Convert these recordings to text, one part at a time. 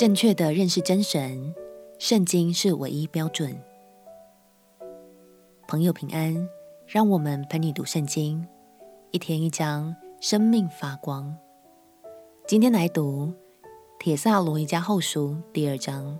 正确的认识真神，圣经是唯一标准。朋友平安，让我们陪你读圣经，一天一章，生命发光。今天来读帖撒罗尼迦后书第2章。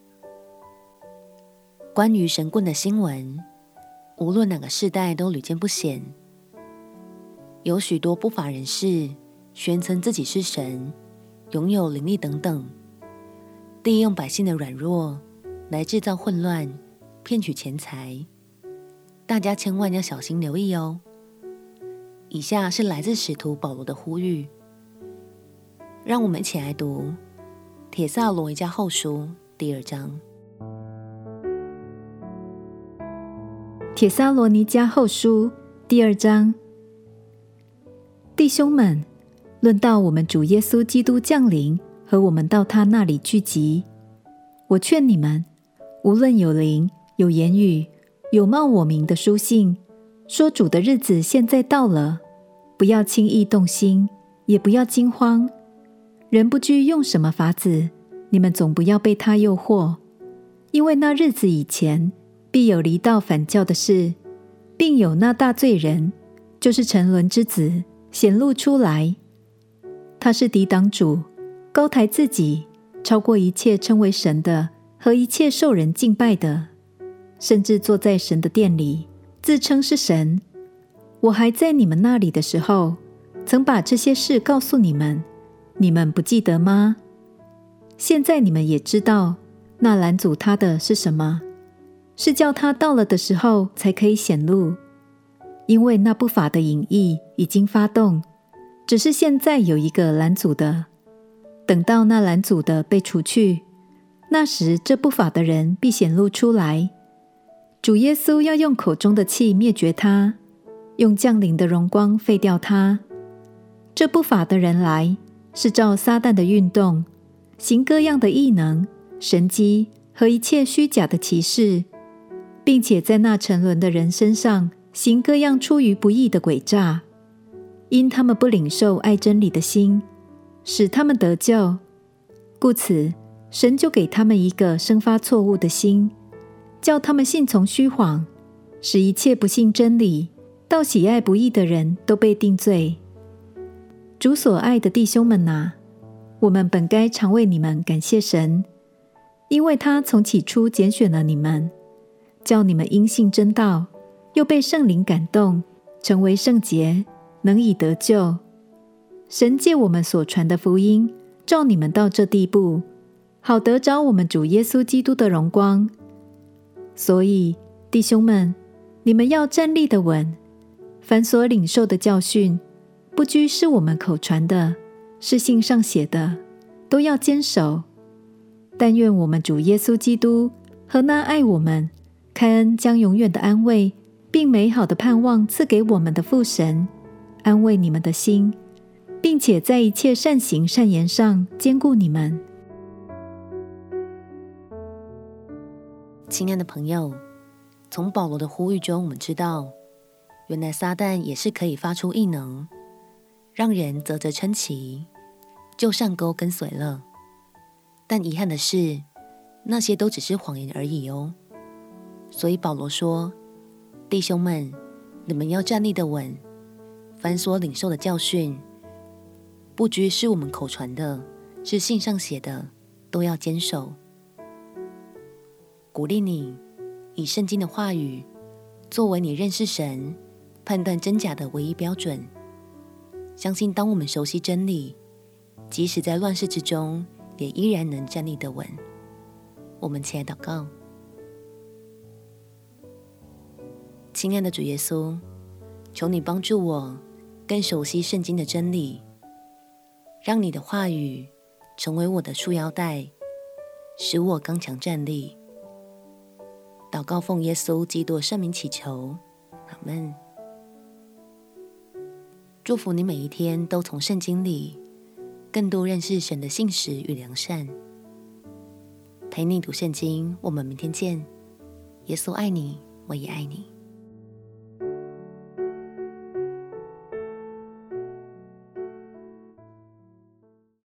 关于神棍的新闻，无论哪个世代都屡见不鲜。有许多不法人士宣称自己是神，拥有灵力等等，利用百姓的软弱来制造混乱，骗取钱财。大家千万要小心留意哦。以下是来自使徒保罗的呼吁，让我们一起来读帖撒罗尼迦后书第2章。 帖撒罗尼迦后书第2章。弟兄们，论到我们主耶稣基督降临和我们到他那里聚集，我劝你们，无论有灵、有言语、有冒我名的书信，说主的日子现在到了，不要轻易动心，也不要惊慌。人不拘用什么法子，你们总不要被他诱惑，因为那日子以前，必有离道反教的事，并有那大罪人，就是沉沦之子，显露出来。他是抵挡主，高抬自己，超过一切称为神的和一切受人敬拜的，甚至坐在神的殿里，自称是神。我还在你们那里的时候，曾把这些事告诉你们，你们不记得吗？现在你们也知道，那拦阻他的是什么？是叫他到了的时候才可以显露。因为那不法的隐意已经发动，只是现在有一个拦阻的。等到那拦阻的被除去，那时这不法的人必显露出来。主耶稣要用口中的气灭绝他，用降临的荣光废掉他。这不法的人来，是照撒旦的运动，行各样的异能、神迹和一切虚假的奇事，并且在那沉沦的人身上行各样出于不义的诡诈。因他们不领受爱真理的心，使他们得救，故此神就给他们一个生发错误的心，叫他们信从虚谎，使一切不信真理、倒喜爱不义的人都被定罪。主所爱的弟兄们啊，我们本该常为你们感谢神，因为他从起初拣选了你们，叫你们因信真道，又被圣灵感动，成为圣洁，能以得救。神借我们所传的福音，召你们到这地步，好得着我们主耶稣基督的荣光。所以弟兄们，你们要站立得稳，凡所领受的教训，不拘是我们口传的，是信上写的，都要坚守。但愿我们主耶稣基督和那爱我们、开恩将永远的安慰并美好的盼望赐给我们的父神，安慰你们的心，并且在一切善行善言上坚固你们。 亲爱的朋友，从保罗的呼吁中，我们知道，原来撒旦也是可以发出异能，让人啧啧称奇，就上钩跟随了。但遗憾的是，那些都只是谎言而已哦。所以保罗说，弟兄们，你们要站立得稳，凡所领受的教训，不拘是我们口传的，是信上写的，都要坚守。鼓励你以圣经的话语作为你认识神、判断真假的唯一标准。相信当我们熟悉真理，即使在乱世之中，也依然能站立得稳。我们起来祷告。亲爱的主耶稣，求你帮助我更熟悉圣经的真理，让你的话语成为我的束腰带，使我刚强站立。祷告奉耶稣基督的圣名祈求，阿们。祝福你每一天都从圣经里更多认识神的信实与良善。陪你读圣经，我们明天见。耶稣爱你，我也爱你。